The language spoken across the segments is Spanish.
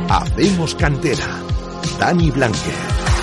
Hacemos Cantera. Dani Blanquet.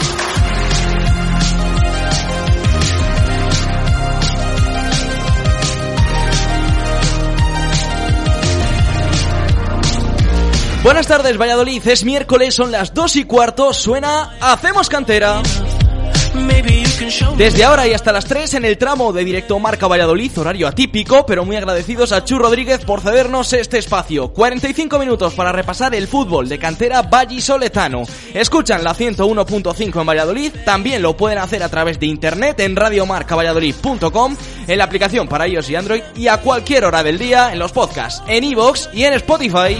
Buenas tardes, Valladolid. Es miércoles, son las 2:15, suena Hacemos Cantera. Desde ahora y hasta las 3 en el tramo de directo Marca Valladolid, horario atípico, pero muy agradecidos a Chu Rodríguez por cedernos este espacio. 45 minutos para repasar el fútbol de cantera vallisoletano. Escuchan la 101.5 en Valladolid, también lo pueden hacer a través de internet en radiomarcavalladolid.com, en la aplicación para iOS y Android y a cualquier hora del día en los podcasts, en iVoox y en Spotify.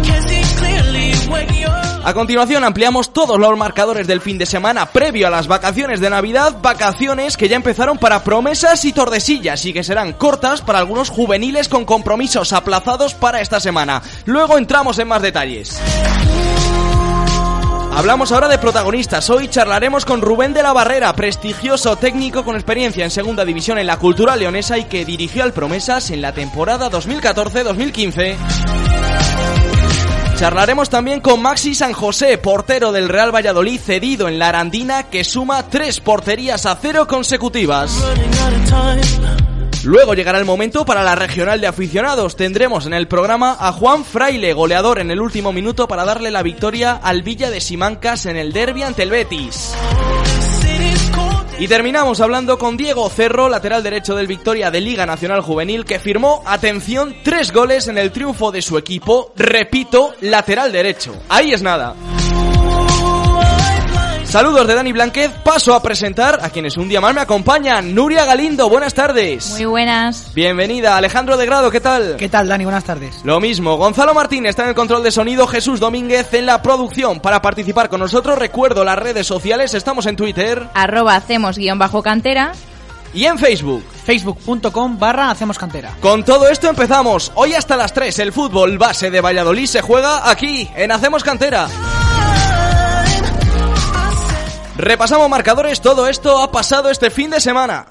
A continuación ampliamos todos los marcadores del fin de semana previo a las vacaciones de Navidad, vacaciones que ya empezaron para Promesas y Tordesillas y que serán cortas para algunos juveniles con compromisos aplazados para esta semana. Luego entramos en más detalles. Hablamos ahora de protagonistas. Hoy charlaremos con Rubén de la Barrera, prestigioso técnico con experiencia en segunda división en la Cultural Leonesa y que dirigió al Promesas en la temporada 2014-2015. Charlaremos también con Maxi San José, portero del Real Valladolid cedido en la Arandina, que suma 3 porterías a 0 consecutivas. Luego llegará el momento para la regional de aficionados. Tendremos en el programa a Juan Fraile, goleador en el último minuto para darle la victoria al Villa de Simancas en el derbi ante el Betis. Y terminamos hablando con Diego Cerro, lateral derecho del Victoria de Liga Nacional Juvenil, que firmó, atención, 3 goles en el triunfo de su equipo. Repito, lateral derecho. Ahí es nada. Saludos de Dani Blanquet, paso a presentar a quienes un día más me acompañan. Nuria Galindo, buenas tardes. Muy buenas. Bienvenida. Alejandro de Grado, ¿qué tal? ¿Qué tal, Dani? Buenas tardes. Lo mismo. Gonzalo Martín está en el control de sonido, Jesús Domínguez en la producción. Para participar con nosotros, recuerdo las redes sociales, estamos en Twitter @hacemos_cantera y en Facebook. Facebook.com/hacemoscantera. Con todo esto empezamos. Hoy hasta las 3 el fútbol base de Valladolid se juega aquí, en Hacemos Cantera. Repasamos marcadores, todo esto ha pasado este fin de semana.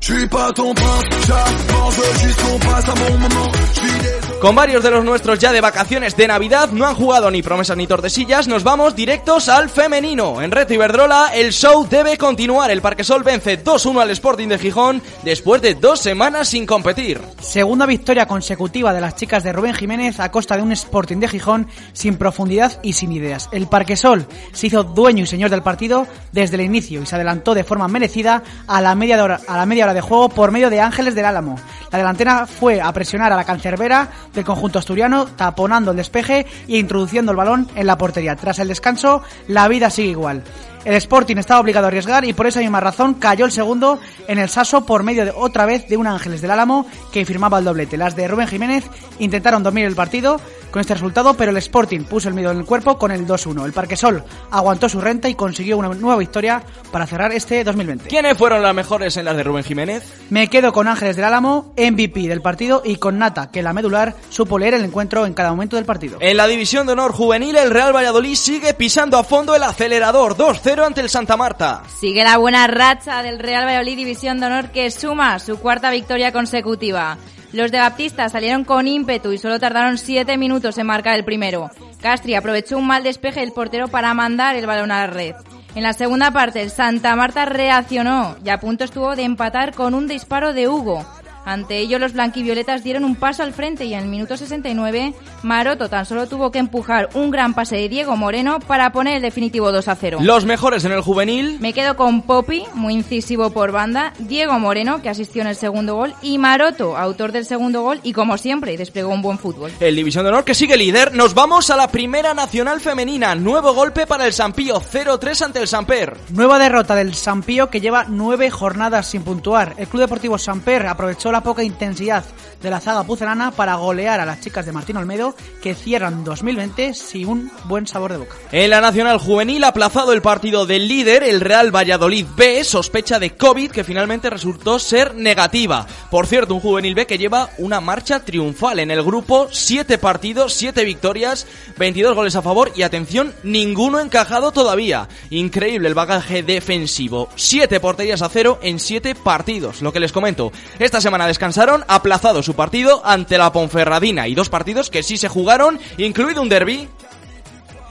Con varios de los nuestros ya de vacaciones de Navidad, no han jugado ni Promesas ni Tordesillas, nos vamos directos al femenino. En Reto Iberdrola, el show debe continuar. El Parquesol vence 2-1 al Sporting de Gijón después de 2 semanas sin competir. Segunda victoria consecutiva de las chicas de Rubén Jiménez a costa de un Sporting de Gijón sin profundidad y sin ideas. El Parquesol se hizo dueño y señor del partido desde el inicio y se adelantó de forma merecida a la media hora de juego por medio de Ángeles del Álamo. La delantera fue a presionar a la cancerbera del conjunto asturiano, taponando el despeje e introduciendo el balón en la portería. Tras el descanso, la vida sigue igual. El Sporting estaba obligado a arriesgar y por esa misma razón cayó el segundo en el Saso por medio de otra vez de un Ángeles del Álamo que firmaba el doblete. Las de Rubén Jiménez intentaron dormir el partido con este resultado, pero el Sporting puso el miedo en el cuerpo con el 2-1. El Parquesol aguantó su renta y consiguió una nueva victoria para cerrar este 2020. ¿Quiénes fueron las mejores en las de Rubén Jiménez? Me quedo con Ángeles del Álamo, MVP del partido, y con Nata, que la medular supo leer el encuentro en cada momento del partido. En la división de honor juvenil, el Real Valladolid sigue pisando a fondo el acelerador, 2-0 ante el Santa Marta. Sigue la buena racha del Real Valladolid división de honor, que suma su 4ª victoria consecutiva. Los de Baptista salieron con ímpetu y solo tardaron 7 minutos en marcar el primero. Castri aprovechó un mal despeje del portero para mandar el balón a la red. En la segunda parte, el Santa Marta reaccionó y a punto estuvo de empatar con un disparo de Hugo. Ante ello, los blanquivioletas dieron un paso al frente y en el minuto 69, Maroto tan solo tuvo que empujar un gran pase de Diego Moreno para poner el definitivo 2-0. Los mejores en el juvenil. Me quedo con Popi, muy incisivo por banda, Diego Moreno, que asistió en el segundo gol, y Maroto, autor del segundo gol y, como siempre, desplegó un buen fútbol. El división de honor que sigue líder. Nos vamos a la Primera Nacional Femenina. Nuevo golpe para el Sampío, 0-3 ante el Samper. Nueva derrota del Sampío, que lleva 9 jornadas sin puntuar. El Club Deportivo Samper aprovechó la poca intensidad de la zaga pucelana para golear a las chicas de Martín Olmedo, que cierran 2020 sin un buen sabor de boca. En la Nacional Juvenil, aplazado el partido del líder, el Real Valladolid B, sospecha de COVID que finalmente resultó ser negativa. Por cierto, un Juvenil B que lleva una marcha triunfal en el grupo, 7 partidos, 7 victorias, 22 goles a favor y, atención, ninguno encajado todavía. Increíble el bagaje defensivo. 7 porterías a 0 en 7 partidos. Lo que les comento, esta semana descansaron, aplazado su partido ante la Ponferradina y 2 partidos que sí se jugaron, incluido un derbi.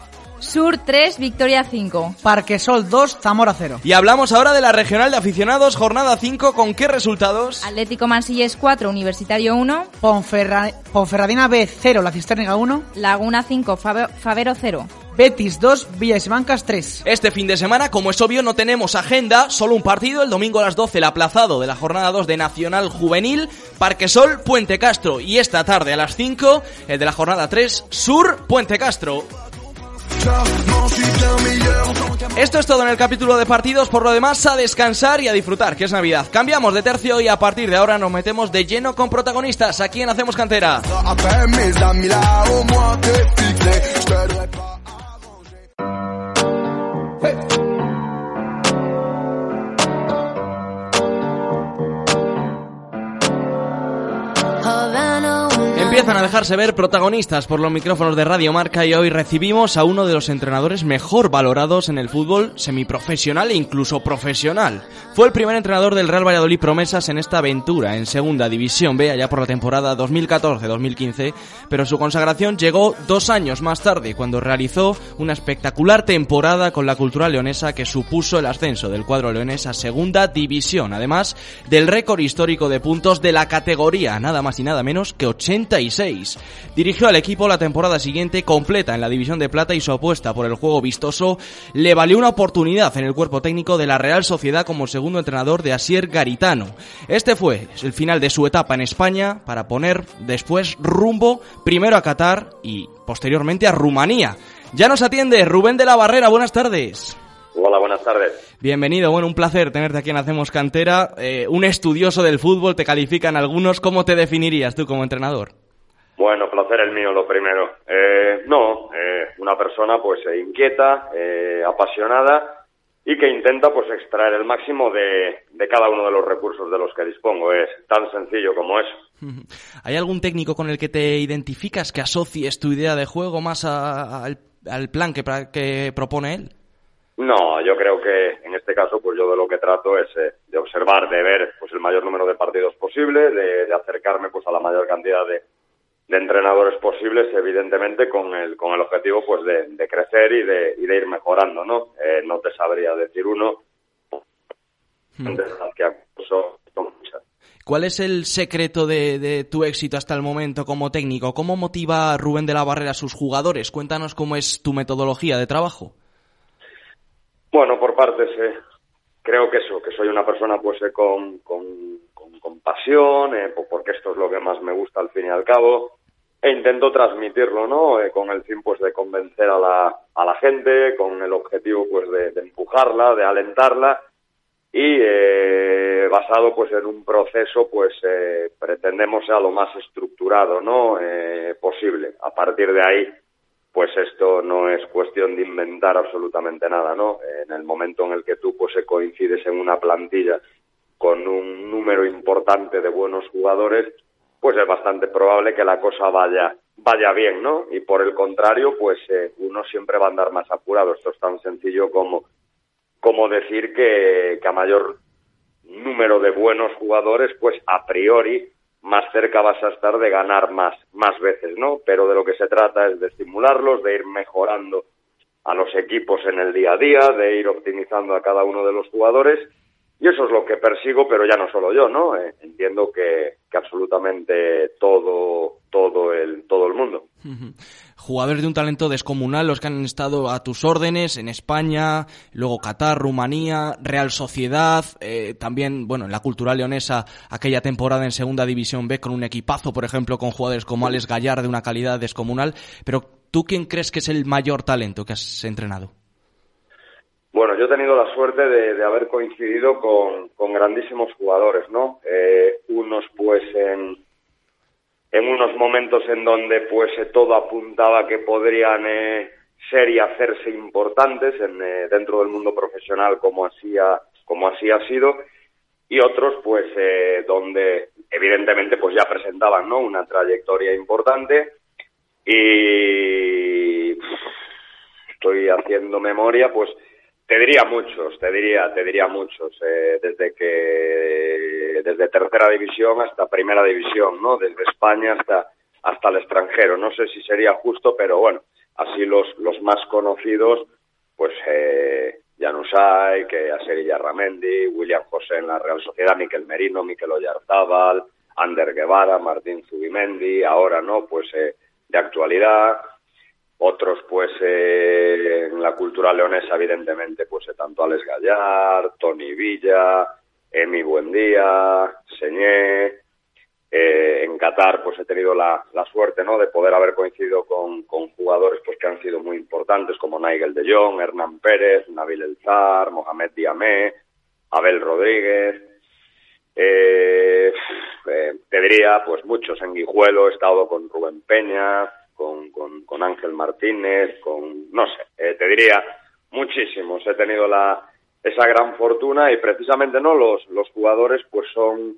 Sur 3, Victoria 5. Parquesol 2, Zamora 0. Y hablamos ahora de la regional de aficionados, jornada 5, ¿con qué resultados? Atlético Mansilles 4, Universitario 1. Ponferradina B 0, La Cisterna 1. Laguna 5, Favero 0. Betis 2, Villas Bancas 3. Este fin de semana, como es obvio, no tenemos agenda, solo un partido, el domingo a las 12, el aplazado de la jornada 2 de Nacional Juvenil, Parquesol, Puente Castro, y esta tarde a las 5, el de la jornada 3, Sur, Puente Castro. Esto es todo en el capítulo de partidos, por lo demás a descansar y a disfrutar, que es Navidad. Cambiamos de tercio y a partir de ahora nos metemos de lleno con protagonistas aquí en Hacemos Cantera. Empiezan a dejarse ver protagonistas por los micrófonos de Radio Marca y hoy recibimos a uno de los entrenadores mejor valorados en el fútbol semiprofesional e incluso profesional. Fue el primer entrenador del Real Valladolid Promesas en esta aventura en Segunda División B allá por la temporada 2014-2015, pero su consagración llegó 2 años más tarde cuando realizó una espectacular temporada con la Cultural Leonesa que supuso el ascenso del cuadro leonés a Segunda División, además del récord histórico de puntos de la categoría, nada más y nada menos que 86. Dirigió al equipo la temporada siguiente completa en la División de Plata y su apuesta por el juego vistoso le valió una oportunidad en el cuerpo técnico de la Real Sociedad como segundo entrenador de Asier Garitano. Este fue el final de su etapa en España para poner después rumbo primero a Qatar y posteriormente a Rumanía. Ya nos atiende Rubén de la Barrera, buenas tardes. Hola, buenas tardes. Bienvenido, bueno, un placer tenerte aquí en Hacemos Cantera. Un estudioso del fútbol, te califican algunos. ¿Cómo te definirías tú como entrenador? Bueno, placer el mío, lo primero. Una persona pues inquieta, apasionada y que intenta pues extraer el máximo de cada uno de los recursos de los que dispongo. Es tan sencillo como eso. ¿Hay algún técnico con el que te identificas, que asocies tu idea de juego más al plan que propone él? No, yo creo que en este caso pues yo de lo que trato es de observar, de ver pues el mayor número de partidos posible, de acercarme pues a la mayor cantidad de entrenadores posibles, evidentemente con el objetivo pues de crecer y de ir mejorando, ¿no? No te sabría decir uno. ¿Cuál es el secreto de tu éxito hasta el momento como técnico? ¿Cómo motiva Rubén de la Barrera a sus jugadores? Cuéntanos cómo es tu metodología de trabajo. Bueno, por partes, creo que soy una persona pues con pasión, porque esto es lo que más me gusta al fin y al cabo, e intento transmitirlo, ¿no? Con el fin pues de convencer a la gente, con el objetivo pues de empujarla, de alentarla, y basado pues en un proceso pues pretendemos sea lo más estructurado, ¿no? Posible. A partir de ahí pues esto no es cuestión de inventar absolutamente nada, ¿no? En el momento en el que tú pues coincides en una plantilla con un número importante de buenos jugadores, pues es bastante probable que la cosa vaya bien, ¿no? Y por el contrario, pues uno siempre va a andar más apurado. Esto es tan sencillo como decir que a mayor número de buenos jugadores, pues a priori más cerca vas a estar de ganar más veces, ¿no? Pero de lo que se trata es de estimularlos, de ir mejorando a los equipos en el día a día, de ir optimizando a cada uno de los jugadores, y eso es lo que persigo, pero ya no solo yo, ¿no? Entiendo que absolutamente todo el mundo. Jugadores de un talento descomunal, los que han estado a tus órdenes en España, luego Qatar, Rumanía, Real Sociedad, también, bueno, en la Cultural Leonesa, aquella temporada en Segunda División B con un equipazo, por ejemplo, con jugadores como Alex Gallar de una calidad descomunal. Pero, ¿tú quién crees que es el mayor talento que has entrenado? Bueno, yo he tenido la suerte de haber coincidido con grandísimos jugadores, ¿no? Unos pues en unos momentos en donde pues todo apuntaba que podrían ser y hacerse importantes dentro del mundo profesional como así ha sido, y otros pues donde evidentemente pues ya presentaban, ¿no?, una trayectoria importante. Y estoy haciendo memoria, pues te diría muchos, desde tercera división hasta primera división, ¿no? Desde España hasta el extranjero. No sé si sería justo, pero bueno, así los más conocidos, pues Januzaj, Asier Illarramendi, William José en la Real Sociedad, Mikel Merino, Mikel Oyarzábal, Ander Guevara, Martín Zubimendi, ahora no, pues de actualidad. Otros, pues, en la cultura leonesa, evidentemente, pues, tanto Alex Gallard, Toni Villa, Emi Buendía, Señé. En Qatar, pues, he tenido la suerte, ¿no?, de poder haber coincidido con jugadores, pues, que han sido muy importantes, como Nigel de Jong, Hernán Pérez, Nabil El Zar, Mohamed Diamé, Abel Rodríguez. Te diría, pues, muchos. En Guijuelo he estado con Rubén Peña, con Ángel Martínez, no sé, te diría muchísimos. He tenido esa gran fortuna y precisamente no los jugadores pues son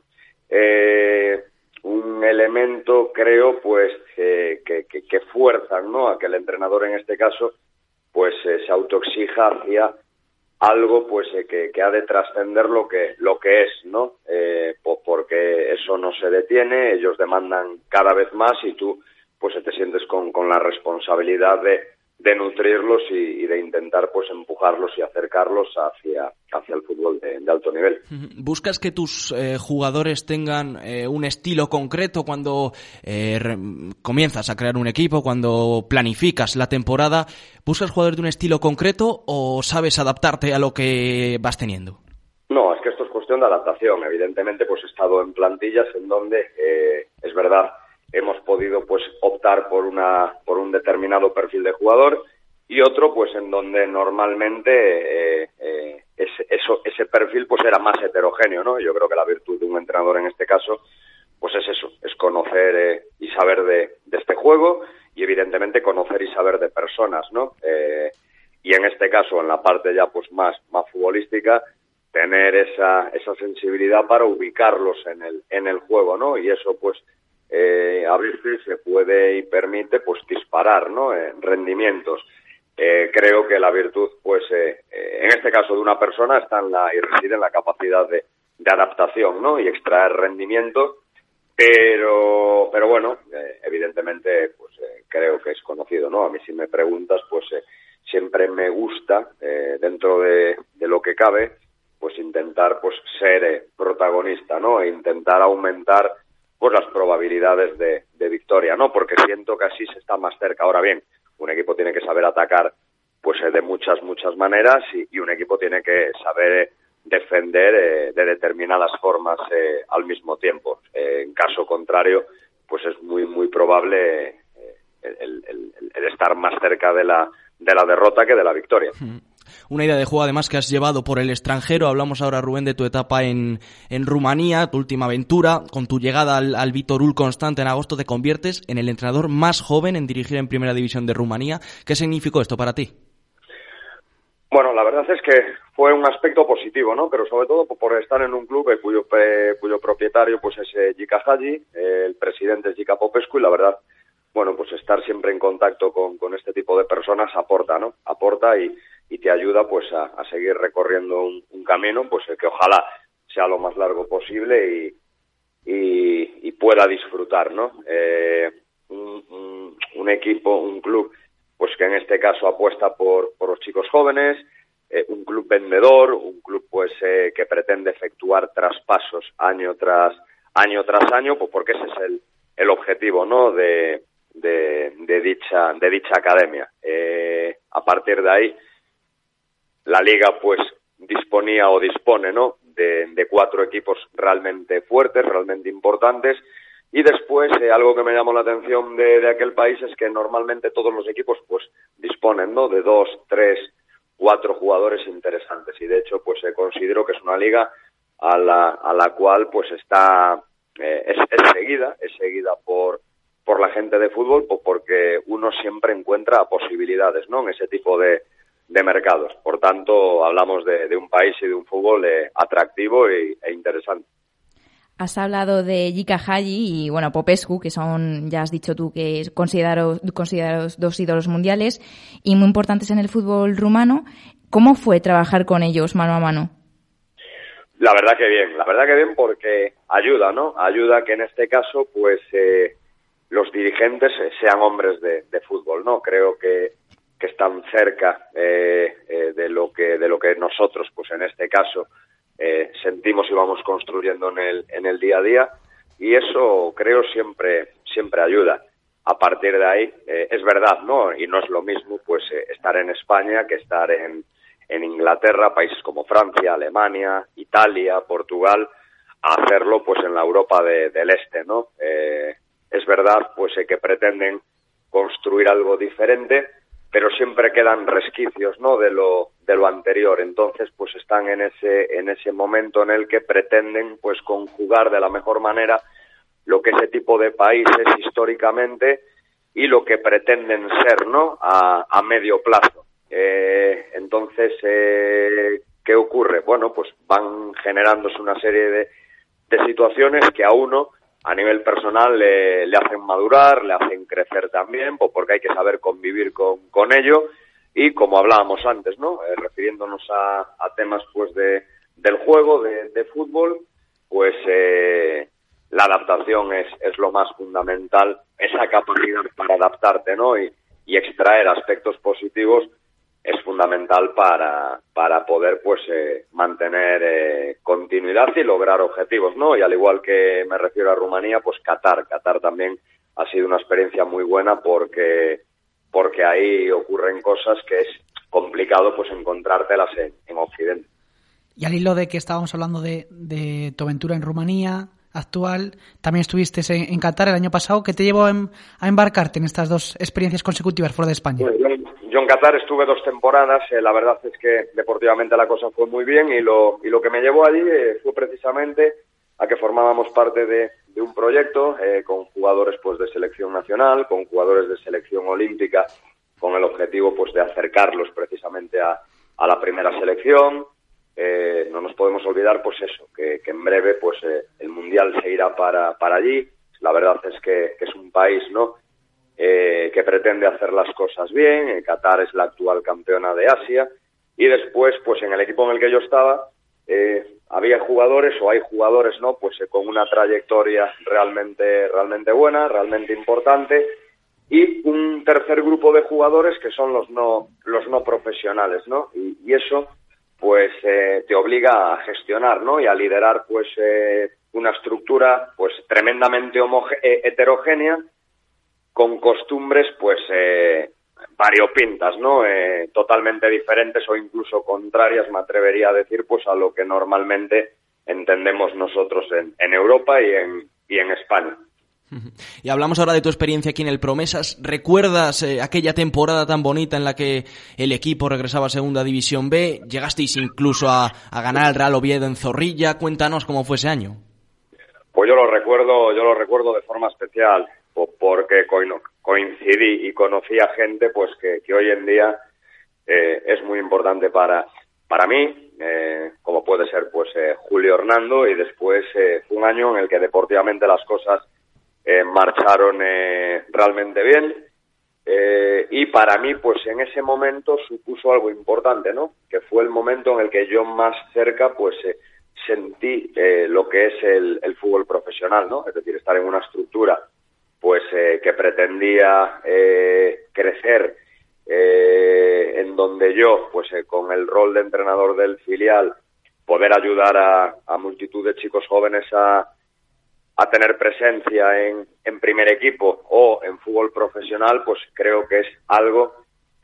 un elemento, creo, pues que fuerzan, ¿no?, a que el entrenador en este caso pues se autoexija hacia algo pues que ha de trascender lo que es, ¿no? Porque eso no se detiene, ellos demandan cada vez más y tú pues te sientes con la responsabilidad de nutrirlos y de intentar pues empujarlos y acercarlos hacia el fútbol de alto nivel. ¿Buscas que tus jugadores tengan un estilo concreto cuando comienzas a crear un equipo, cuando planificas la temporada? ¿Buscas jugadores de un estilo concreto o sabes adaptarte a lo que vas teniendo? No, es que esto es cuestión de adaptación. Evidentemente pues he estado en plantillas en donde es verdad, hemos podido pues optar por un determinado perfil de jugador y otro pues en donde normalmente ese perfil pues era más heterogéneo, ¿no? Yo creo que la virtud de un entrenador en este caso pues es eso, es conocer y saber de este juego y evidentemente conocer y saber de personas, ¿no? Y en este caso, en la parte ya pues más futbolística, tener esa sensibilidad para ubicarlos en el juego, ¿no? Y eso pues a veces se puede y permite pues disparar, ¿no?, rendimientos. Creo que la virtud pues en este caso de una persona está y reside en la capacidad de adaptación, ¿no?, y extraer rendimiento, pero bueno, evidentemente pues creo que es conocido, ¿no? A mí si me preguntas pues siempre me gusta dentro de lo que cabe pues intentar pues ser protagonista, ¿no?, e intentar aumentar pues las probabilidades de victoria, ¿no? Porque siento que así se está más cerca. Ahora bien, un equipo tiene que saber atacar pues de muchas maneras y un equipo tiene que saber defender de determinadas formas al mismo tiempo. En caso contrario, pues es muy probable el estar más cerca de la derrota que de la victoria. Una idea de juego además que has llevado por el extranjero. Hablamos ahora, Rubén, de tu etapa en Rumanía, tu última aventura. Con tu llegada al Viitorul Constante en agosto te conviertes en el entrenador más joven en dirigir en Primera División de Rumanía. ¿Qué significó esto para ti? Bueno, la verdad es que fue un aspecto positivo, ¿no? Pero sobre todo por estar en un club cuyo propietario pues es Jika Hagi, el presidente es Jika Popescu, y la verdad, bueno, pues estar siempre en contacto con este tipo de personas aporta, ¿no? Aporta y te ayuda pues a seguir recorriendo un camino pues que ojalá sea lo más largo posible y pueda disfrutar, ¿no? Un equipo, un club pues que en este caso apuesta por los chicos jóvenes, un club vendedor, un club pues que pretende efectuar traspasos año tras año, pues porque ese es el objetivo, ¿no?, de dicha academia. A partir de ahí la liga pues disponía o dispone, ¿no?, de 4 equipos realmente fuertes, realmente importantes, y después algo que me llamó la atención de aquel país es que normalmente todos los equipos pues disponen, ¿no?, de 2, 3, 4 jugadores interesantes, y de hecho pues considero que es una liga a la cual pues está es seguida por la gente de fútbol, porque uno siempre encuentra posibilidades, ¿no?, en ese tipo de mercados. Por tanto, hablamos de un país y de un fútbol atractivo e interesante. Has hablado de Jika Hagi y, bueno, Popescu, que son, ya has dicho tú, que considerados 2 ídolos mundiales y muy importantes en el fútbol rumano. ¿Cómo fue trabajar con ellos mano a mano? La verdad que bien porque ayuda, ¿no? Ayuda que en este caso, pues, los dirigentes sean hombres de fútbol, ¿no? Creo que están cerca de lo que nosotros, pues en este caso, sentimos y vamos construyendo en el día a día, y eso creo siempre ayuda. A partir de ahí, es verdad, ¿no? Y no es lo mismo pues estar en España que estar en Inglaterra, países como Francia, Alemania, Italia, Portugal, a hacerlo pues en la Europa del Este, ¿no? Es verdad pues que pretenden construir algo diferente, pero siempre quedan resquicios, ¿no? de lo anterior. Entonces pues están en ese momento en el que pretenden pues conjugar de la mejor manera lo que ese tipo de países históricamente y lo que pretenden ser, ¿no? A medio plazo. Entonces, ¿qué ocurre? Bueno, pues van generándose una serie de situaciones que a uno, a nivel personal, le hacen madurar, le hacen crecer también, pues porque hay que saber convivir con ello, y como hablábamos antes, ¿no? Refiriéndonos a temas pues del juego, de fútbol, pues la adaptación es lo más fundamental, esa capacidad para adaptarte, ¿no? Y extraer aspectos positivos es fundamental para poder pues mantener continuidad y lograr objetivos, ¿no? Y al igual que me refiero a Rumanía, pues Qatar también ha sido una experiencia muy buena porque ahí ocurren cosas que es complicado pues encontrártelas en Occidente. Y al hilo de que estábamos hablando de tu aventura en Rumanía actual, también estuviste en Qatar el año pasado. ¿Qué te llevó a embarcarte en estas dos experiencias consecutivas fuera de España? Yo en Qatar estuve 2 temporadas, la verdad es que deportivamente la cosa fue muy bien, y lo que me llevó allí fue precisamente a que formábamos parte de un proyecto con jugadores pues de selección nacional, con jugadores de selección olímpica, con el objetivo pues de acercarlos precisamente a la primera selección. No nos podemos olvidar pues eso, que en breve pues el Mundial se irá para allí. La verdad es que es un país, ¿no? Que pretende hacer las cosas bien. Qatar es la actual campeona de Asia, y después pues en el equipo en el que yo estaba había jugadores, o hay jugadores, ¿no? Pues con una trayectoria realmente buena, realmente importante, y un tercer grupo de jugadores que son los no profesionales, ¿no? Y eso pues te obliga a gestionar, ¿no? Y a liderar pues una estructura pues tremendamente heterogénea, con costumbres pues variopintas, ¿no? Totalmente diferentes o incluso contrarias, me atrevería a decir, pues a lo que normalmente entendemos nosotros en Europa y en España. Y hablamos ahora de tu experiencia aquí en el Promesas. ¿Recuerdas aquella temporada tan bonita en la que el equipo regresaba a Segunda División B? Llegasteis incluso a ganar al Real Oviedo en Zorrilla. Cuéntanos cómo fue ese año. Pues yo lo recuerdo de forma especial, porque coincidí y conocí a gente pues que hoy en día es muy importante para mí, como puede ser pues Julio Hernando, y después fue un año en el que deportivamente las cosas marcharon realmente bien, y para mí pues en ese momento supuso algo importante, ¿no? Que fue el momento en el que yo más cerca pues sentí lo que es el fútbol profesional, ¿no? Es decir, estar en una estructura pues que pretendía crecer, en donde yo pues con el rol de entrenador del filial poder ayudar a multitud de chicos jóvenes a tener presencia en primer equipo o en fútbol profesional, pues creo que es algo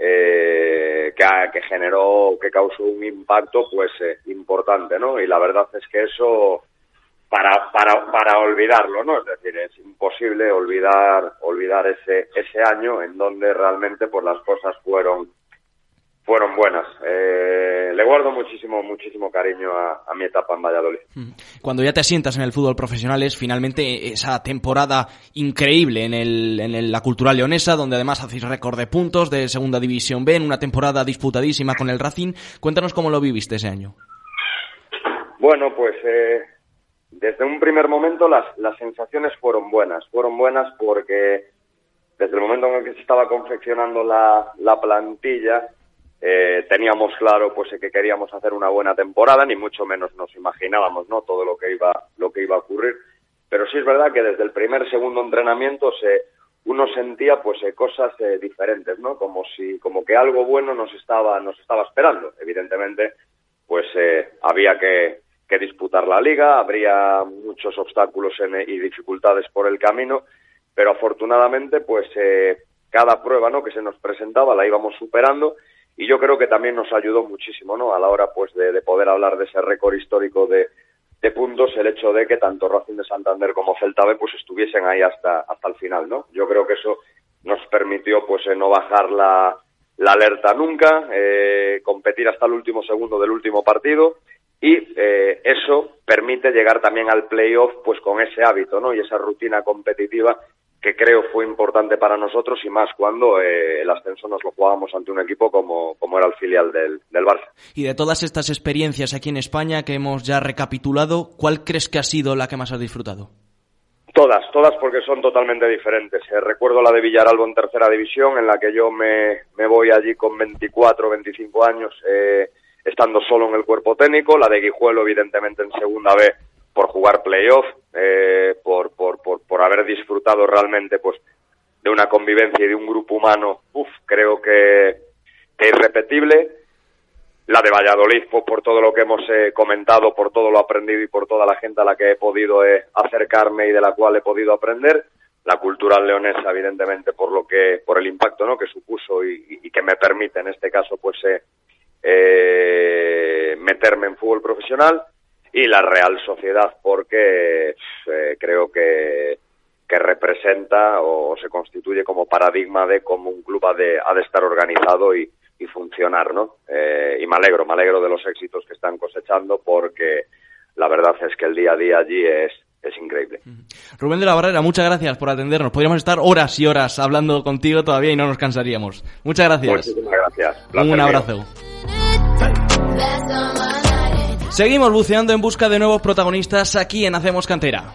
que generó, que causó un impacto pues importante, ¿no? Y la verdad es que eso para olvidarlo, ¿no? Es decir, es imposible olvidar ese año en donde realmente pues las cosas fueron buenas. Le guardo muchísimo cariño a mi etapa en Valladolid. Cuando ya te asientas en el fútbol profesional es finalmente esa temporada increíble en la Cultural Leonesa, donde además hacéis récord de puntos de Segunda División B en una temporada disputadísima con el Racing. Cuéntanos cómo lo viviste ese año. Bueno, pues desde un primer momento las sensaciones fueron buenas porque desde el momento en el que se estaba confeccionando la plantilla, teníamos claro pues que queríamos hacer una buena temporada, ni mucho menos nos imaginábamos, ¿no? Todo lo que iba a ocurrir, pero sí es verdad que desde el segundo entrenamiento uno sentía pues cosas diferentes, ¿no? Como que algo bueno nos estaba esperando. Evidentemente, pues había que disputar la liga, habría muchos obstáculos y dificultades por el camino, pero afortunadamente pues cada prueba, ¿no?, que se nos presentaba la íbamos superando, y yo creo que también nos ayudó muchísimo, ¿no?, a la hora pues de poder hablar de ese récord histórico de puntos, el hecho de que tanto Racing de Santander como Celta B pues estuviesen ahí hasta el final, ¿no? Yo creo que eso nos permitió pues no bajar la alerta nunca, competir hasta el último segundo del último partido, y eso permite llegar también al playoff pues con ese hábito, ¿no?, y esa rutina competitiva que creo fue importante para nosotros, y más cuando el ascenso nos lo jugábamos ante un equipo como era el filial del Barça. Y de todas estas experiencias aquí en España que hemos ya recapitulado, ¿cuál crees que ha sido la que más has disfrutado? Todas, porque son totalmente diferentes. Recuerdo la de Villaralbo en tercera división, en la que yo me voy allí con 24, 25 años, estando solo en el cuerpo técnico. La de Guijuelo, evidentemente, en segunda B, por jugar playoff, por haber disfrutado realmente pues de una convivencia y de un grupo humano, creo que irrepetible. La de Valladolid, pues por todo lo que hemos comentado, por todo lo aprendido y por toda la gente a la que he podido acercarme y de la cual he podido aprender. La Cultural leonesa, evidentemente, por el impacto, ¿no?, que supuso y que me permite en este caso pues meterme en fútbol profesional. Y la Real Sociedad, porque creo que representa o se constituye como paradigma de cómo un club ha de estar organizado y funcionar, ¿no? Y me alegro de los éxitos que están cosechando, porque la verdad es que el día a día allí es increíble. Rubén de la Barrera, muchas gracias por atendernos. Podríamos estar horas y horas hablando contigo todavía y no nos cansaríamos. Muchas gracias. Muchísimas gracias. Placer Un abrazo. Seguimos buceando en busca de nuevos protagonistas aquí en Hacemos Cantera.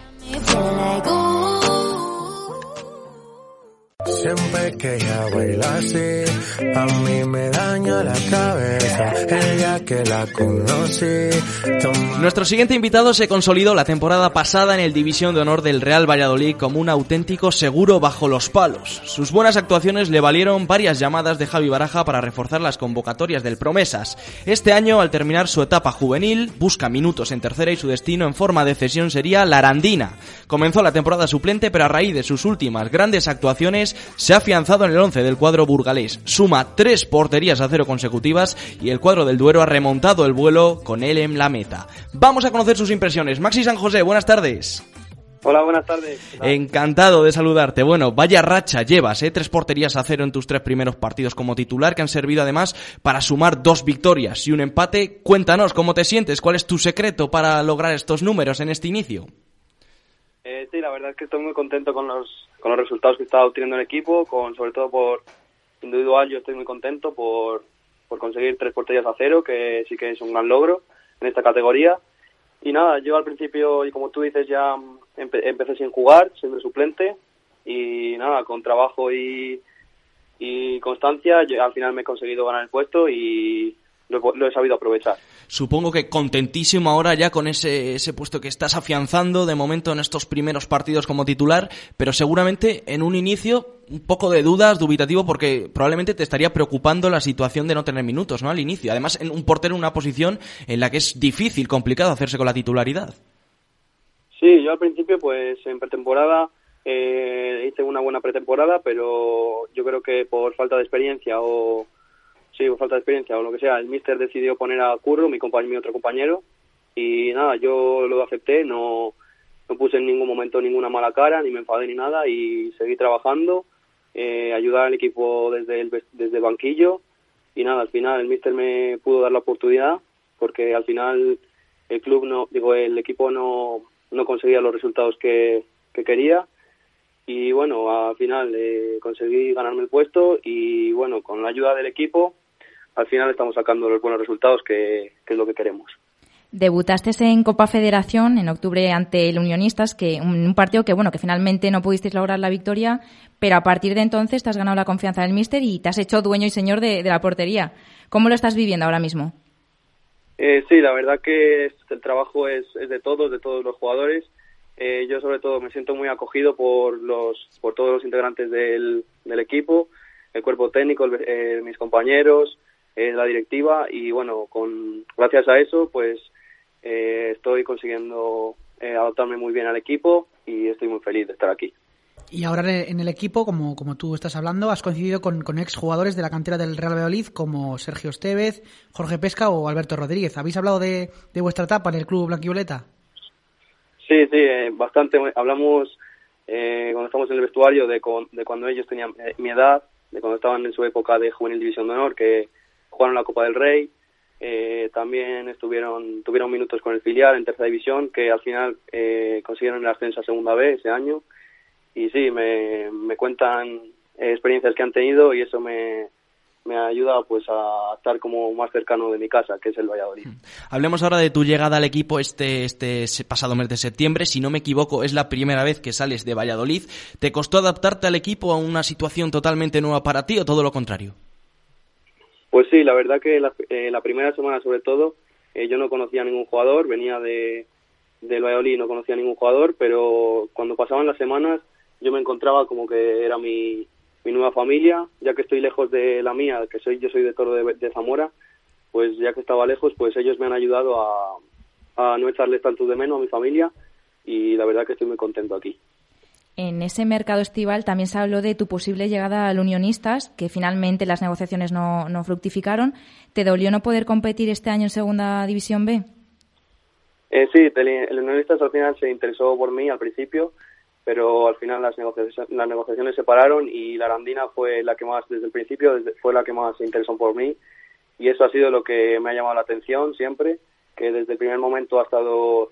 Siempre que ella baila así, a mí me daña la cabeza. Ella que la conocí. Nuestro siguiente invitado se consolidó la temporada pasada en el División de Honor del Real Valladolid como un auténtico seguro bajo los palos. Sus buenas actuaciones le valieron varias llamadas de Javi Baraja para reforzar las convocatorias del Promesas. Este año, al terminar su etapa juvenil, busca minutos en tercera y su destino en forma de cesión sería la Arandina. Comenzó la temporada suplente, pero a raíz de sus últimas grandes actuaciones se ha afianzado en el 11 del cuadro burgalés. Suma 3 porterías a 0 consecutivas y el cuadro del Duero ha remontado el vuelo con él en la meta. Vamos a conocer sus impresiones. Maxi San José, buenas tardes. Hola, buenas tardes. Encantado de saludarte. Bueno, vaya racha llevas, 3 porterías a 0 en tus 3 primeros partidos como titular, que han servido además para sumar 2 victorias y un empate. Cuéntanos, ¿cómo te sientes? ¿Cuál es tu secreto para lograr estos números en este inicio? Sí, la verdad es que estoy muy contento con los resultados que está obteniendo el equipo, sobre todo por individual. Yo estoy muy contento por conseguir 3 porterías a 0, que sí que es un gran logro en esta categoría. Y nada, yo al principio, y como tú dices, ya empecé sin jugar, siendo suplente, y nada, con trabajo y constancia, yo al final me he conseguido ganar el puesto y lo he sabido aprovechar. Supongo que contentísimo ahora ya con ese puesto que estás afianzando de momento en estos primeros partidos como titular, pero seguramente en un inicio un poco de dudas, dubitativo, porque probablemente te estaría preocupando la situación de no tener minutos, ¿no?, al inicio. Además, en un portero en una posición en la que es difícil, complicado hacerse con la titularidad. Sí, yo al principio, pues en pretemporada hice una buena pretemporada, pero yo creo que por falta de experiencia o lo que sea, el míster decidió poner a Curro, mi otro compañero, y nada, yo lo acepté, no puse en ningún momento ninguna mala cara, ni me enfadé ni nada, y seguí trabajando, ayudar al equipo desde el banquillo, y nada, al final el míster me pudo dar la oportunidad, porque al final el equipo no conseguía los resultados que quería, y bueno, al final conseguí ganarme el puesto, y bueno, con la ayuda del equipo al final estamos sacando los buenos resultados, que es lo que queremos. Debutaste en Copa Federación en octubre ante el Unionistas, que un partido que finalmente no pudisteis lograr la victoria, pero a partir de entonces te has ganado la confianza del míster y te has hecho dueño y señor de la portería. ¿Cómo lo estás viviendo ahora mismo? Sí, la verdad que el trabajo es de todos los jugadores, yo sobre todo me siento muy acogido por todos los integrantes del equipo, el cuerpo técnico, mis compañeros, la directiva, y bueno, gracias a eso pues estoy consiguiendo adaptarme muy bien al equipo y estoy muy feliz de estar aquí. Y ahora en el equipo, como tú estás hablando, has coincidido con exjugadores de la cantera del Real Valladolid como Sergio Estevez, Jorge Pesca o Alberto Rodríguez. ¿Habéis hablado de vuestra etapa en el club blanquivioleta? Sí, bastante. Hablamos cuando estamos en el vestuario de cuando ellos tenían mi edad, de cuando estaban en su época de Juvenil División de Honor, que jugaron la Copa del Rey. También tuvieron minutos con el filial en tercera división, que al final consiguieron el ascenso a segunda B ese año. Y sí, me cuentan experiencias que han tenido y eso me ayuda pues a estar como más cercano de mi casa, que es el Valladolid. Hablemos ahora de tu llegada al equipo este pasado mes de septiembre. Si no me equivoco, es la primera vez que sales de Valladolid. ¿Te costó adaptarte al equipo a una situación totalmente nueva para ti o todo lo contrario? Pues sí, la verdad que la primera semana sobre todo yo no conocía a ningún jugador, venía del Valladolid y no conocía a ningún jugador, pero cuando pasaban las semanas yo me encontraba como que era mi nueva familia, ya que estoy lejos de la mía, yo soy de Toro de Zamora, pues ya que estaba lejos, pues ellos me han ayudado a no echarles tanto de menos a mi familia y la verdad que estoy muy contento aquí. En ese mercado estival también se habló de tu posible llegada al Unionistas, que finalmente las negociaciones no fructificaron. ¿Te dolió no poder competir este año en Segunda División B? Sí, el Unionistas al final se interesó por mí al principio, pero al final las negociaciones se pararon y la Arandina fue la que más, desde el principio, fue la que más se interesó por mí, y eso ha sido lo que me ha llamado la atención siempre, que desde el primer momento ha estado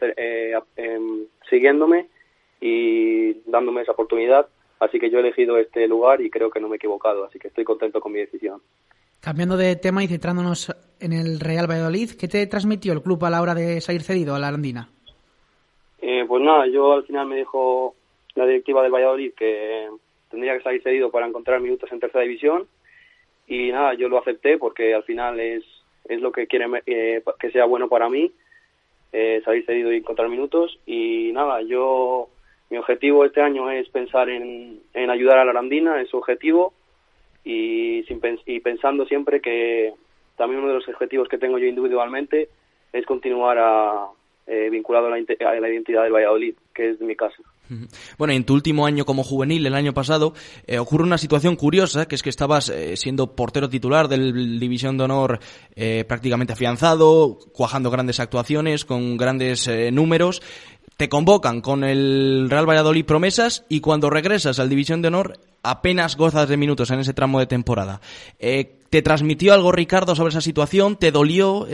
siguiéndome y dándome esa oportunidad, así que yo he elegido este lugar y creo que no me he equivocado, así que estoy contento con mi decisión. Cambiando de tema y centrándonos en el Real Valladolid, ¿qué te transmitió el club a la hora de salir cedido a la Arandina? Pues nada, yo al final me dijo la directiva del Valladolid que tendría que salir cedido para encontrar minutos en tercera división y nada, yo lo acepté porque al final es lo que quiere que sea bueno para mí, salir cedido y encontrar minutos. Y nada, mi objetivo este año es pensar en ayudar a la Arandina, es su objetivo, y pensando siempre que también uno de los objetivos que tengo yo individualmente es continuar vinculado a la identidad del Valladolid, que es de mi casa. Bueno, y en tu último año como juvenil, el año pasado, ocurre una situación curiosa, que es que estabas siendo portero titular del División de Honor prácticamente afianzado, cuajando grandes actuaciones, con grandes números. Te convocan con el Real Valladolid Promesas y cuando regresas al División de Honor apenas gozas de minutos en ese tramo de temporada. ¿Te transmitió algo Ricardo sobre esa situación? ¿Te dolió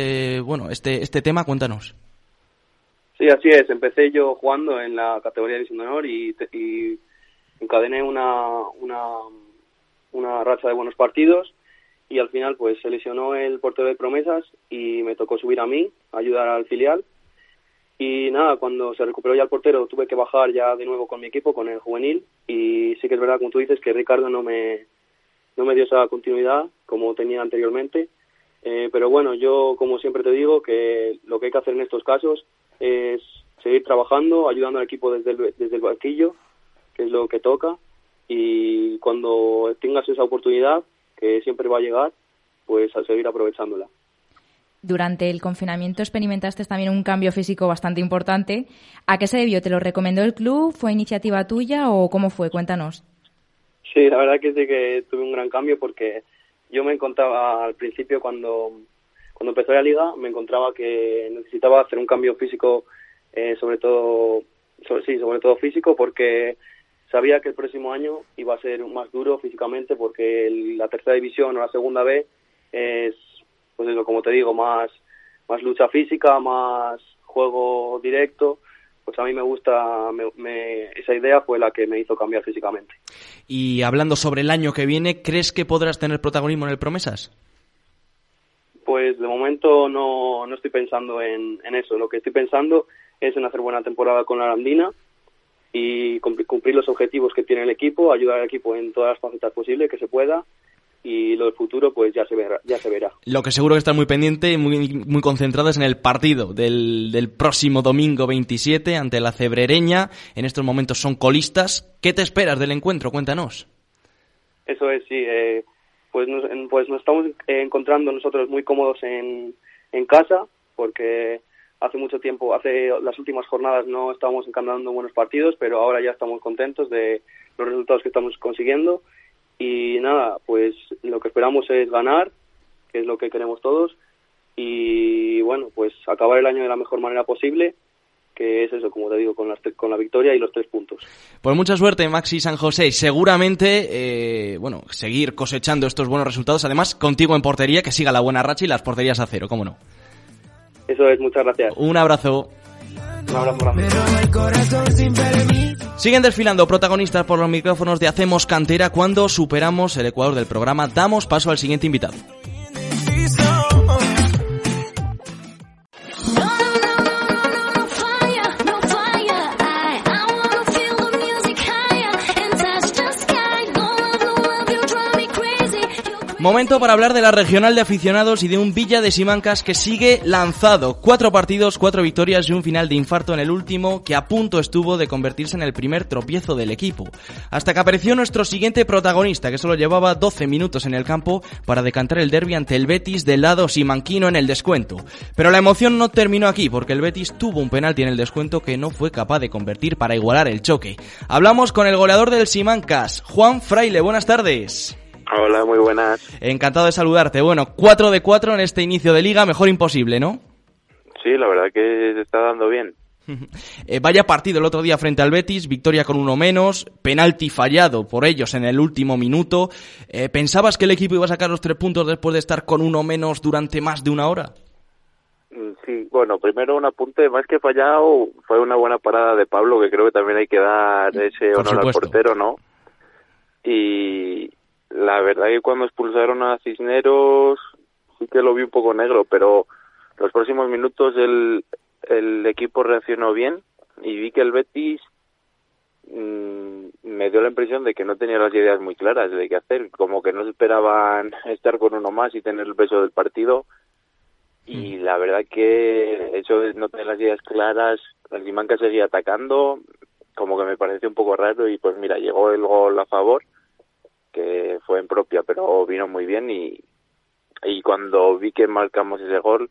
este tema? Cuéntanos. Sí, así es. Empecé yo jugando en la categoría de División de Honor y encadené una racha de buenos partidos y al final pues se lesionó el portero de Promesas y me tocó subir a mí, ayudar al filial. Y nada, cuando se recuperó ya el portero tuve que bajar ya de nuevo con mi equipo, con el juvenil, y sí que es verdad, como tú dices, que Ricardo no me dio esa continuidad como tenía anteriormente, pero bueno, yo como siempre te digo que lo que hay que hacer en estos casos es seguir trabajando, ayudando al equipo desde el banquillo, que es lo que toca, y cuando tengas esa oportunidad, que siempre va a llegar, pues a seguir aprovechándola. Durante el confinamiento experimentaste también un cambio físico bastante importante. ¿A qué se debió? ¿Te lo recomendó el club? ¿Fue iniciativa tuya o cómo fue? Cuéntanos. Sí, la verdad que sí que tuve un gran cambio porque yo me encontraba al principio cuando empezó la liga, me encontraba que necesitaba hacer un cambio físico, sobre todo físico, porque sabía que el próximo año iba a ser más duro físicamente porque la tercera división o la segunda B es, pues eso, como te digo, más lucha física, más juego directo. Pues a mí me gusta, esa idea fue la que me hizo cambiar físicamente. Y hablando sobre el año que viene, ¿crees que podrás tener protagonismo en el Promesas? Pues de momento no estoy pensando en eso. Lo que estoy pensando es en hacer buena temporada con la Arandina y cumplir los objetivos que tiene el equipo, ayudar al equipo en todas las facetas posibles que se pueda y lo del futuro pues ya se verá. Lo que seguro que están muy pendiente y muy concentrados en el partido del próximo domingo 27 ante la Cebrereña. En estos momentos son colistas. ¿Qué te esperas del encuentro? Cuéntanos. Eso es, sí. Pues nos estamos encontrando nosotros muy cómodos en casa, porque hace las últimas jornadas no estábamos encarnando buenos partidos, pero ahora ya estamos contentos de los resultados que estamos consiguiendo. Y nada, pues lo que esperamos es ganar, que es lo que queremos todos, y bueno, pues acabar el año de la mejor manera posible, que es eso, como te digo, con la victoria y los 3 puntos. Pues mucha suerte, Maxi San José, y seguramente, seguir cosechando estos buenos resultados, además contigo en portería, que siga la buena racha y las porterías a 0, cómo no. Eso es, muchas gracias. Un abrazo. Un abrazo grande. Siguen desfilando protagonistas por los micrófonos de Hacemos Cantera. Cuando superamos el ecuador del programa, damos paso al siguiente invitado. Momento para hablar de la regional de aficionados y de un Villa de Simancas que sigue lanzado. 4 partidos, 4 victorias y un final de infarto en el último, que a punto estuvo de convertirse en el primer tropiezo del equipo. Hasta que apareció nuestro siguiente protagonista, que solo llevaba 12 minutos en el campo para decantar el derbi ante el Betis del lado simanquino en el descuento. Pero la emoción no terminó aquí, porque el Betis tuvo un penalti en el descuento que no fue capaz de convertir para igualar el choque. Hablamos con el goleador del Simancas, Juan Fraile. Buenas tardes. Hola, muy buenas. Encantado de saludarte. Bueno, 4 de 4 en este inicio de liga, mejor imposible, ¿no? Sí, la verdad que se está dando bien. Vaya partido el otro día frente al Betis, victoria con 1 menos, penalti fallado por ellos en el último minuto. ¿Pensabas que el equipo iba a sacar los 3 puntos después de estar con 1 menos durante más de una hora? Sí, bueno, primero un apunte, más que fallado, fue una buena parada de Pablo, que creo que también hay que dar ese honor al portero, ¿no? Y la verdad que cuando expulsaron a Cisneros sí que lo vi un poco negro, pero los próximos minutos el equipo reaccionó bien y vi que el Betis me dio la impresión de que no tenía las ideas muy claras de qué hacer, como que no se esperaban estar con uno más y tener el peso del partido, y la verdad que eso de no tener las ideas claras, el Simancas seguía atacando, como que me pareció un poco raro, y pues mira, llegó el gol a favor, que fue en propia, pero vino muy bien, y cuando vi que marcamos ese gol,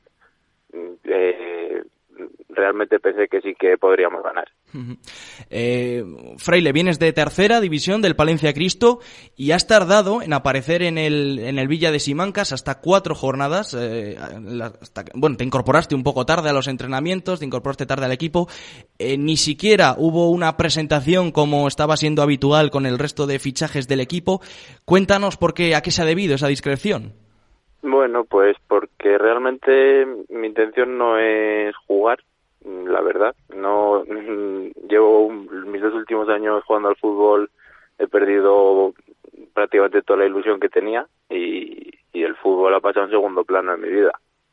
realmente pensé que sí que podríamos ganar. Fraile, vienes de tercera división del Palencia Cristo y has tardado en aparecer en el Villa de Simancas hasta 4 jornadas. Te incorporaste un poco tarde a los entrenamientos, te incorporaste tarde al equipo. Ni siquiera hubo una presentación como estaba siendo habitual con el resto de fichajes del equipo. Cuéntanos a qué se ha debido esa discreción. Bueno, pues porque realmente mi intención no es jugar, la verdad. No llevo mis 2 últimos años jugando al fútbol, he perdido prácticamente toda la ilusión que tenía y el fútbol ha pasado en segundo plano en mi vida.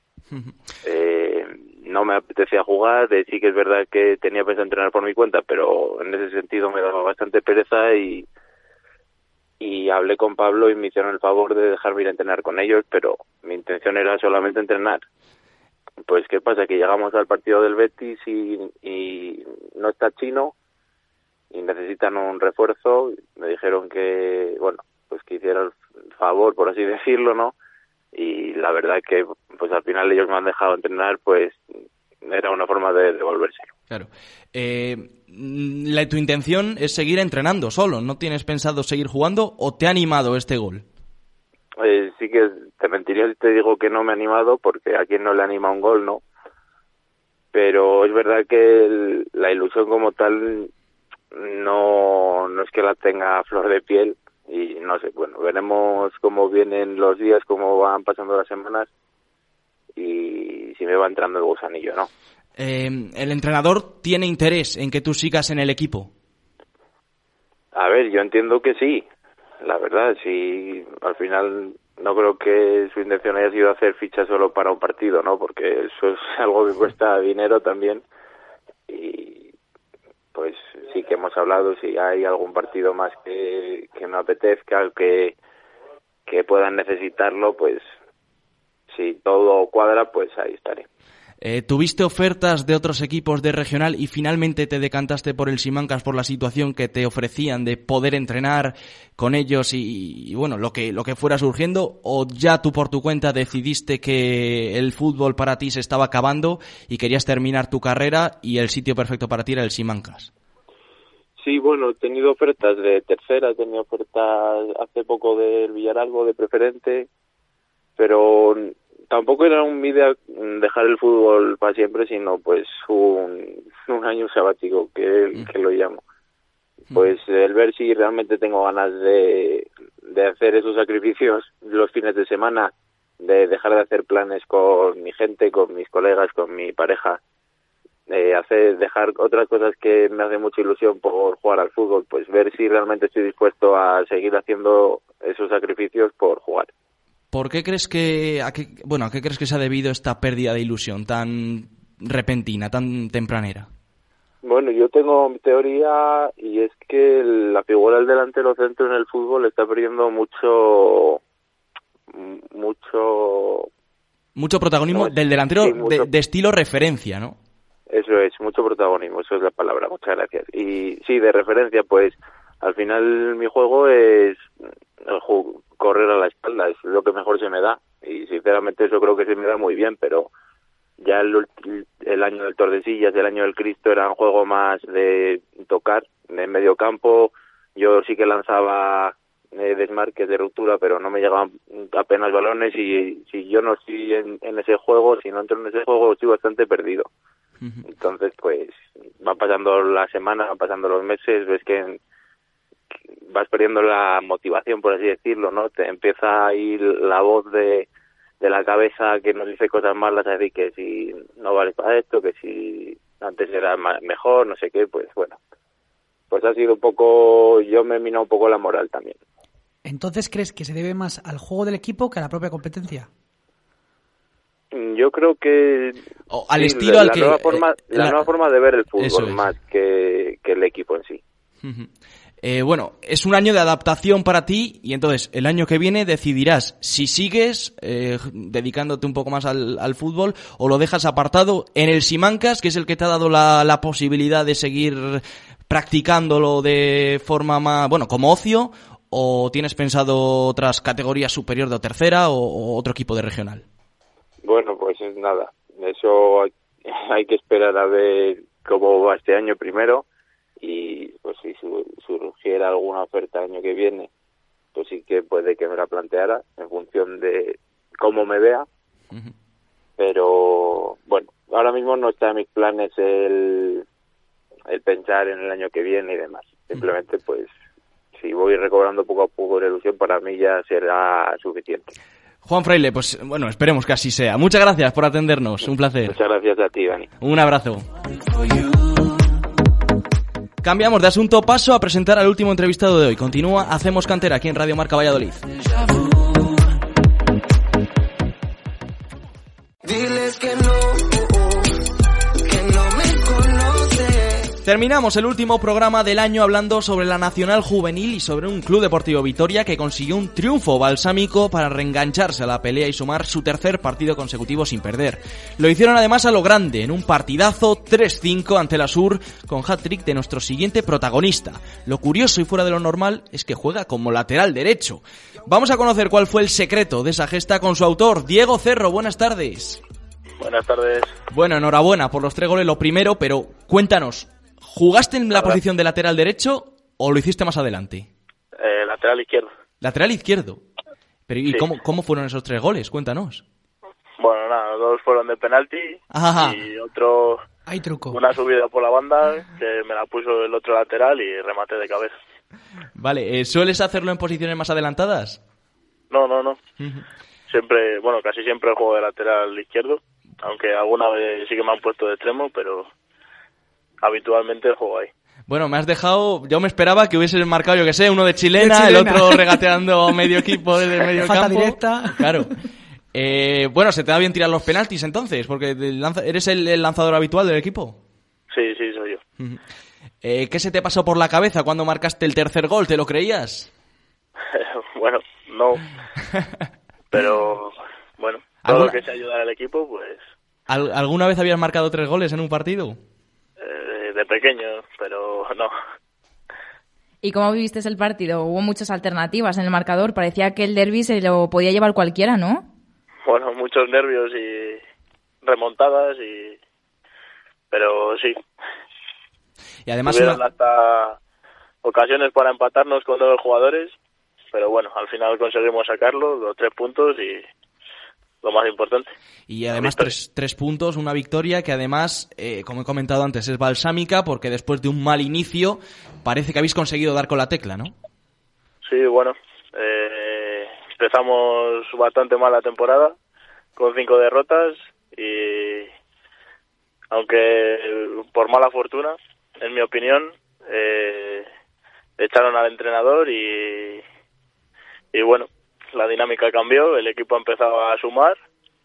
No me apetecía jugar, sí que es verdad que tenía pensado entrenar por mi cuenta, pero en ese sentido me daba bastante pereza y hablé con Pablo y me hicieron el favor de dejarme ir a entrenar con ellos, pero mi intención era solamente entrenar. Pues ¿qué pasa? Que llegamos al partido del Betis y no está Chino y necesitan un refuerzo. Me dijeron que, bueno, pues que hiciera el favor, por así decirlo, ¿no? Y la verdad que pues al final ellos me han dejado entrenar, pues era una forma de devolverse. Claro. Tu intención es seguir entrenando solo, ¿no tienes pensado seguir jugando o te ha animado este gol? Sí que te mentiría si te digo que no me ha animado, porque a quien no le anima un gol, ¿no? Pero es verdad que la ilusión como tal no es que la tenga a flor de piel y no sé, bueno, veremos cómo vienen los días, cómo van pasando las semanas y si me va entrando el gusanillo, ¿no? ¿El entrenador tiene interés en que tú sigas en el equipo? A ver, yo entiendo que sí, la verdad, sí. Al final no creo que su intención haya sido hacer fichas solo para un partido, ¿no? Porque eso es algo que cuesta dinero también. Y pues sí que hemos hablado, si hay algún partido más que me apetezca, que puedan necesitarlo, pues si todo cuadra, pues ahí estaré. ¿Tuviste ofertas de otros equipos de regional y finalmente te decantaste por el Simancas por la situación que te ofrecían de poder entrenar con ellos y bueno, lo que fuera surgiendo, o ya tú por tu cuenta decidiste que el fútbol para ti se estaba acabando y querías terminar tu carrera y el sitio perfecto para ti era el Simancas? Sí, bueno, he tenido ofertas de tercera, he tenido ofertas hace poco del Villaralbo, de preferente, pero tampoco era mi idea dejar el fútbol para siempre, sino pues un año sabático, que lo llamo. Pues el ver si realmente tengo ganas de hacer esos sacrificios los fines de semana, de dejar de hacer planes con mi gente, con mis colegas, con mi pareja, dejar otras cosas que me hacen mucha ilusión por jugar al fútbol, pues ver si realmente estoy dispuesto a seguir haciendo esos sacrificios por jugar. ¿Por qué crees a qué crees que se ha debido esta pérdida de ilusión tan repentina, tan tempranera? Bueno, yo tengo mi teoría y es que la figura del delantero centro en el fútbol está perdiendo mucho protagonismo del delantero, sí, de estilo referencia, ¿no? Eso es, mucho protagonismo, eso es la palabra, muchas gracias. Y sí, de referencia, pues al final mi juego es correr a la espalda, es lo que mejor se me da y sinceramente eso creo que se me da muy bien, pero ya el año del Tordesillas, el año del Cristo era un juego más de tocar, de medio campo. Yo sí que lanzaba desmarques de ruptura, pero no me llegaban apenas balones y si yo no estoy en ese juego, si no entro en ese juego, estoy bastante perdido. Entonces, pues, van pasando las semanas, van pasando los meses, ves que vas perdiendo la motivación, por así decirlo, ¿no? Te empieza a ir la voz de la cabeza que nos dice cosas malas, a decir que si no vales para esto, que si antes era mejor, no sé qué, pues bueno. Pues ha sido un poco, yo me he minado un poco la moral también. ¿Entonces crees que se debe más al juego del equipo que a la propia competencia? Yo creo que al sí, estilo al que nueva forma de ver el fútbol es. Más que el equipo en sí. Bueno, es un año de adaptación para ti y entonces el año que viene decidirás si sigues dedicándote un poco más al fútbol o lo dejas apartado en el Simancas, que es el que te ha dado la posibilidad de seguir practicándolo de forma más, bueno, como ocio, o tienes pensado otras categorías superior de tercera o otro equipo de regional. Bueno, pues nada, eso hay que esperar a ver cómo va este año primero y pues si surgiera alguna oferta el año que viene, pues sí que puede que me la planteara en función de cómo me vea, pero bueno, ahora mismo no está en mis planes el pensar en el año que viene y demás, simplemente pues si voy recobrando poco a poco la ilusión, para mí ya será suficiente. Juan Fraile, pues bueno, esperemos que así sea. Muchas gracias por atendernos, un placer. Muchas gracias a ti, Dani. Un abrazo. Cambiamos de asunto, paso a presentar al último entrevistado de hoy. Continúa Hacemos Cantera aquí en Radio Marca Valladolid. Diles que no me conoce. Terminamos el último programa del año hablando sobre la Nacional Juvenil y sobre un Club Deportivo Vitoria que consiguió un triunfo balsámico para reengancharse a la pelea y sumar su tercer partido consecutivo sin perder. Lo hicieron además a lo grande, en un partidazo 3-5 ante la Sur, con hat-trick de nuestro siguiente protagonista. Lo curioso y fuera de lo normal es que juega como lateral derecho. Vamos a conocer cuál fue el secreto de esa gesta con su autor, Diego Cerro. Buenas tardes. Buenas tardes. Bueno, enhorabuena por los 3 goles, lo primero, pero cuéntanos, ¿jugaste en la posición de lateral derecho o lo hiciste más adelante? Lateral izquierdo. ¿Lateral izquierdo? Pero ¿y sí. cómo fueron esos 3 goles? Cuéntanos. Bueno, nada, 2 fueron de penalti. Ajá. Y otro... Hay truco. Una subida por la banda que me la puso el otro lateral y remate de cabeza. Vale, ¿sueles hacerlo en posiciones más adelantadas? No. Siempre, bueno, casi siempre juego de lateral izquierdo, aunque alguna vez sí que me han puesto de extremo, pero habitualmente juego ahí. Bueno, me has dejado... Yo me esperaba que hubieses marcado, yo que sé, uno de chilena, el otro regateando medio equipo desde el medio campo. Directa. Claro. Bueno, ¿se te da bien tirar los penaltis entonces? Porque ¿eres el lanzador habitual del equipo? Sí, soy yo. ¿Qué se te pasó por la cabeza cuando marcaste el tercer gol? ¿Te lo creías? Bueno, no. Pero, bueno, todo lo que sea ayudar al equipo, pues... ¿Alguna vez habías marcado 3 goles en un partido? De pequeño, pero no. ¿Y cómo viviste el partido? Hubo muchas alternativas en el marcador. Parecía que el derbi se lo podía llevar cualquiera, ¿no? Bueno, muchos nervios y remontadas, pero sí. Y además tuvieron hasta ocasiones para empatarnos con 9 jugadores, pero bueno, al final conseguimos sacarlo, los 3 puntos y lo más importante. Y además 3 puntos, una victoria que además, como he comentado antes, es balsámica porque después de un mal inicio parece que habéis conseguido dar con la tecla, ¿no? Sí, bueno, empezamos bastante mal la temporada con 5 derrotas y aunque por mala fortuna, en mi opinión, echaron al entrenador y bueno, la dinámica cambió, el equipo empezaba a sumar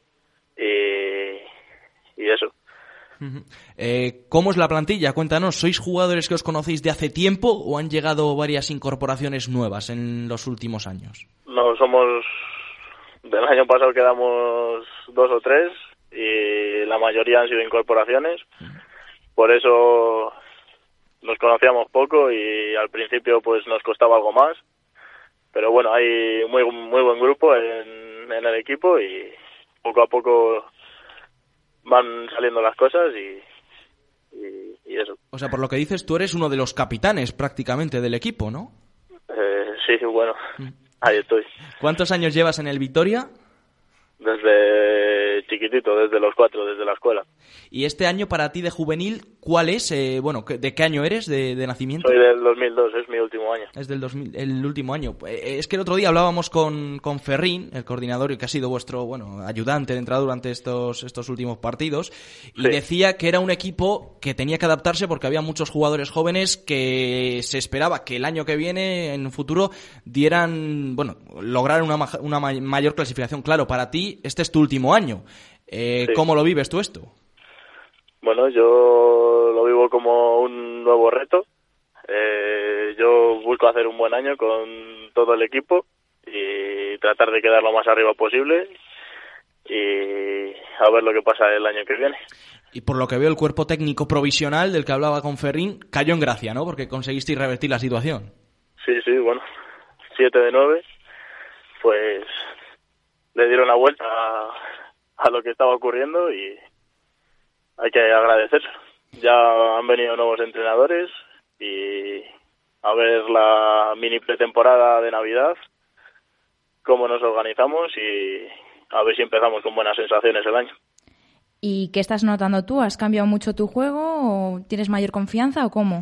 y eso. ¿Cómo es la plantilla? Cuéntanos, ¿sois jugadores que os conocéis de hace tiempo o han llegado varias incorporaciones nuevas en los últimos años? No, somos... Del año pasado quedamos 2 o 3 y la mayoría han sido incorporaciones. Por eso nos conocíamos poco y al principio pues nos costaba algo más. Pero bueno, hay muy buen grupo en el equipo y poco a poco van saliendo las cosas y eso. O sea, por lo que dices, tú eres uno de los capitanes prácticamente del equipo, ¿no? Sí, bueno, ahí estoy. ¿Cuántos años llevas en el Vitoria? Desde chiquitito, desde los 4, desde la escuela. ¿Y este año para ti de juvenil, cuál es? ¿De qué año eres de nacimiento? Soy del 2002, es mi último año. Es del 2000, el último año. Es que el otro día hablábamos con Ferrín, el coordinador, que ha sido vuestro ayudante de entrada durante estos últimos partidos, y sí, decía que era un equipo que tenía que adaptarse porque había muchos jugadores jóvenes que se esperaba que el año que viene, en un futuro, lograran una mayor clasificación. Claro, para ti este es tu último año. Sí. ¿Cómo lo vives tú esto? Bueno, yo lo vivo como un nuevo reto. Yo busco hacer un buen año con todo el equipo y tratar de quedar lo más arriba posible y a ver lo que pasa el año que viene. Y por lo que veo, el cuerpo técnico provisional del que hablaba con Ferrín cayó en gracia, ¿no? Porque conseguisteis revertir la situación. Sí, bueno, 7 de 9, pues le dieron la vuelta a lo que estaba ocurriendo y hay que agradecer. Ya han venido nuevos entrenadores y a ver la mini pretemporada de Navidad, cómo nos organizamos y a ver si empezamos con buenas sensaciones el año. ¿Y qué estás notando tú? ¿Has cambiado mucho tu juego o tienes mayor confianza o cómo?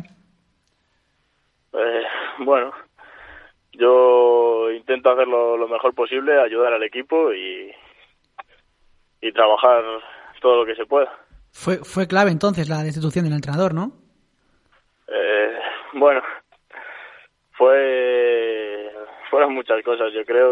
Bueno, yo intento hacerlo lo mejor posible, ayudar al equipo y trabajar todo lo que se pueda. Fue clave entonces la destitución del entrenador, ¿no? Bueno, fueron muchas cosas, yo creo.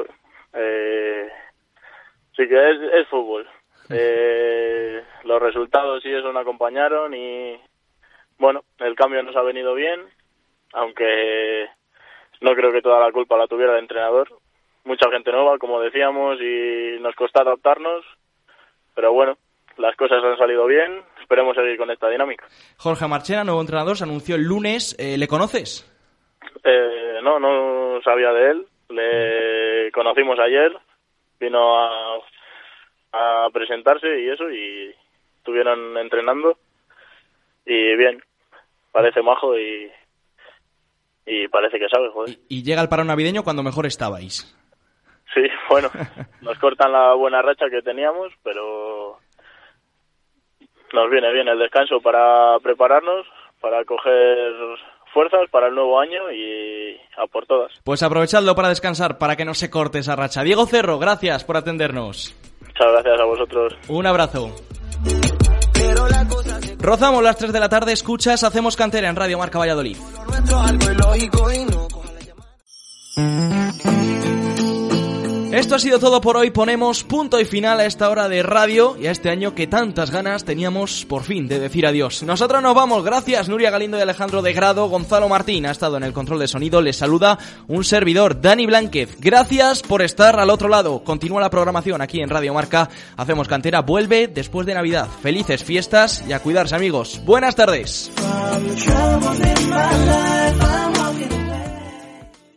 Sí que es fútbol. Los resultados y eso no acompañaron y bueno, el cambio nos ha venido bien, aunque no creo que toda la culpa la tuviera el entrenador. Mucha gente nueva, como decíamos, y nos costó adaptarnos, pero bueno, las cosas han salido bien, esperemos seguir con esta dinámica. Jorge Marchena, nuevo entrenador, se anunció el lunes. ¿Le conoces? No sabía de él. Le conocimos ayer, vino a presentarse y eso, y estuvieron entrenando. Y bien, parece majo y parece que sabe, joder. Y llega el paro navideño cuando mejor estabais. Sí, bueno, nos cortan la buena racha que teníamos, pero nos viene bien el descanso para prepararnos, para coger fuerzas para el nuevo año y a por todas. Pues aprovechadlo para descansar, para que no se corte esa racha. Diego Cerro, gracias por atendernos. Muchas gracias a vosotros. Un abrazo. Rozamos las 3 de la tarde, escuchas Hacemos Cantera en Radio Marca Valladolid. Esto ha sido todo por hoy. Ponemos punto y final a esta hora de radio y a este año que tantas ganas teníamos por fin de decir adiós. Nosotros nos vamos. Gracias Nuria Galindo y Alejandro de Grado. Gonzalo Martín ha estado en el control de sonido. Les saluda un servidor, Dani Blánquez. Gracias por estar al otro lado. Continúa la programación aquí en Radio Marca. Hacemos Cantera vuelve después de Navidad. Felices fiestas y a cuidarse, amigos. Buenas tardes.